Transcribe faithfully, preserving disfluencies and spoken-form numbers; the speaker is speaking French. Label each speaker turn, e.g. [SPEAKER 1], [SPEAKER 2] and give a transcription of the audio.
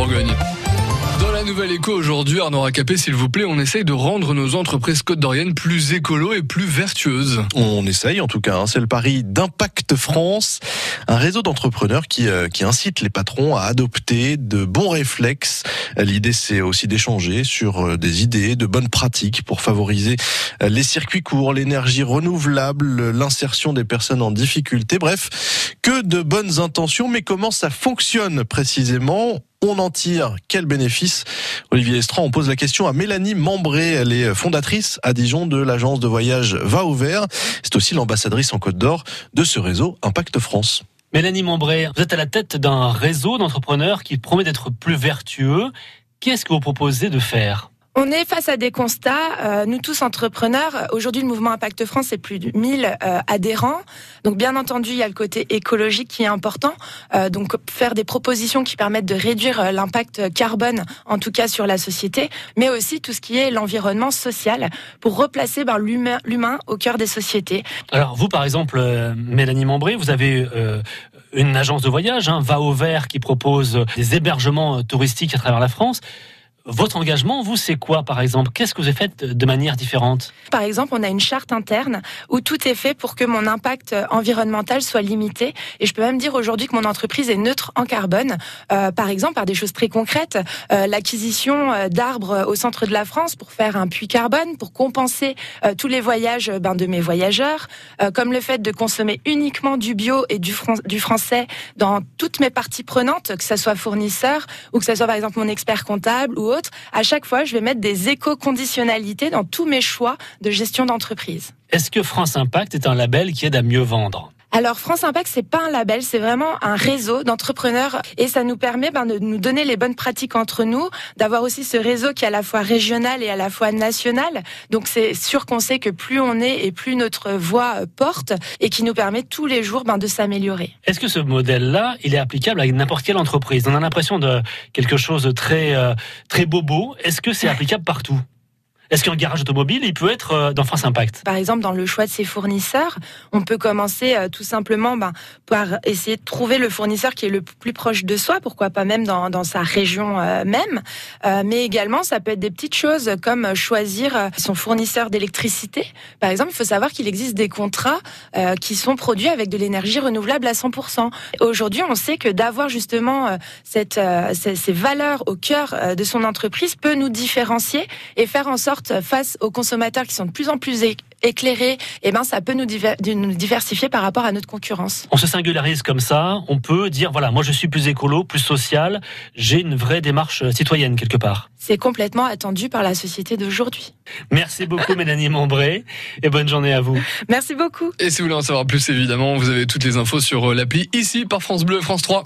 [SPEAKER 1] Bourgogne. Dans la Nouvelle Écho aujourd'hui, Arnaud Racapé, s'il vous plaît, on essaye de rendre nos entreprises côte-d'Oriennes plus écolo et plus vertueuses.
[SPEAKER 2] On essaye en tout cas, hein. C'est le pari d'Impact France, un réseau d'entrepreneurs qui, euh, qui incite les patrons à adopter de bons réflexes. L'idée, c'est aussi d'échanger sur des idées, de bonnes pratiques pour favoriser les circuits courts, l'énergie renouvelable, l'insertion des personnes en difficulté. Bref, que de bonnes intentions, mais comment ça fonctionne précisément ? On en tire quel bénéfice ? Olivier Estrand, on pose la question à Mélanie Membré. Elle est fondatrice à Dijon de l'agence de voyage Va au Vert. C'est aussi l'ambassadrice en Côte d'Or de ce réseau Impact France.
[SPEAKER 3] Mélanie Membré, vous êtes à la tête d'un réseau d'entrepreneurs qui promet d'être plus vertueux. Qu'est-ce que vous proposez de faire ?
[SPEAKER 4] On est face à des constats, euh, nous tous entrepreneurs. Aujourd'hui, le mouvement Impact France, c'est plus de mille euh, adhérents. Donc, bien entendu, il y a le côté écologique qui est important. Euh, donc, faire des propositions qui permettent de réduire euh, l'impact carbone, en tout cas sur la société, mais aussi tout ce qui est l'environnement social, pour replacer ben, l'humain, l'humain au cœur des sociétés.
[SPEAKER 3] Alors, vous, par exemple, euh, Mélanie Membré, vous avez euh, une agence de voyage, hein, Va au Vert, qui propose des hébergements touristiques à travers la France. Votre engagement, vous, c'est quoi, par exemple ? Qu'est-ce que vous avez fait de manière différente ?
[SPEAKER 4] Par exemple, on a une charte interne où tout est fait pour que mon impact environnemental soit limité. Et je peux même dire aujourd'hui que mon entreprise est neutre en carbone. Euh, par exemple, par des choses très concrètes, euh, l'acquisition d'arbres au centre de la France pour faire un puits carbone, pour compenser euh, tous les voyages ben, de mes voyageurs, euh, comme le fait de consommer uniquement du bio et du, fran- du français dans toutes mes parties prenantes, que ce soit fournisseur ou que ce soit par exemple mon expert comptable ou autre. À chaque fois, je vais mettre des éco-conditionnalités dans tous mes choix de gestion d'entreprise.
[SPEAKER 3] Est-ce que France Impact est un label qui aide à mieux vendre ?
[SPEAKER 4] Alors France Impact, c'est pas un label, c'est vraiment un réseau d'entrepreneurs et ça nous permet ben, de nous donner les bonnes pratiques entre nous, d'avoir aussi ce réseau qui est à la fois régional et à la fois national. Donc c'est sûr qu'on sait que plus on est et plus notre voix porte et qui nous permet tous les jours ben, de s'améliorer.
[SPEAKER 3] Est-ce que ce modèle-là, il est applicable à n'importe quelle entreprise ? On a l'impression de quelque chose de très, euh, très bobo. Est-ce que c'est applicable partout ? Est-ce qu'un garage automobile, il peut être dans France Impact ?
[SPEAKER 4] Par exemple, dans le choix de ses fournisseurs, on peut commencer euh, tout simplement ben, par essayer de trouver le fournisseur qui est le plus proche de soi, pourquoi pas même dans, dans sa région euh, même. Euh, mais également, ça peut être des petites choses comme choisir euh, son fournisseur d'électricité. Par exemple, il faut savoir qu'il existe des contrats euh, qui sont produits avec de l'énergie renouvelable à cent pour cent. Aujourd'hui, on sait que d'avoir justement euh, cette, euh, ces, ces valeurs au cœur euh, de son entreprise peut nous différencier et faire en sorte face aux consommateurs qui sont de plus en plus éclairés, eh ben ça peut nous, diver- nous diversifier par rapport à notre concurrence.
[SPEAKER 3] On se singularise comme ça, on peut dire voilà, moi je suis plus écolo, plus social, j'ai une vraie démarche citoyenne quelque part.
[SPEAKER 4] C'est complètement attendu par la société d'aujourd'hui.
[SPEAKER 3] Merci beaucoup Mélanie Membré et bonne journée à vous.
[SPEAKER 4] Merci beaucoup.
[SPEAKER 1] Et si vous voulez en savoir plus, évidemment, vous avez toutes les infos sur l'appli ici par France Bleu, France trois.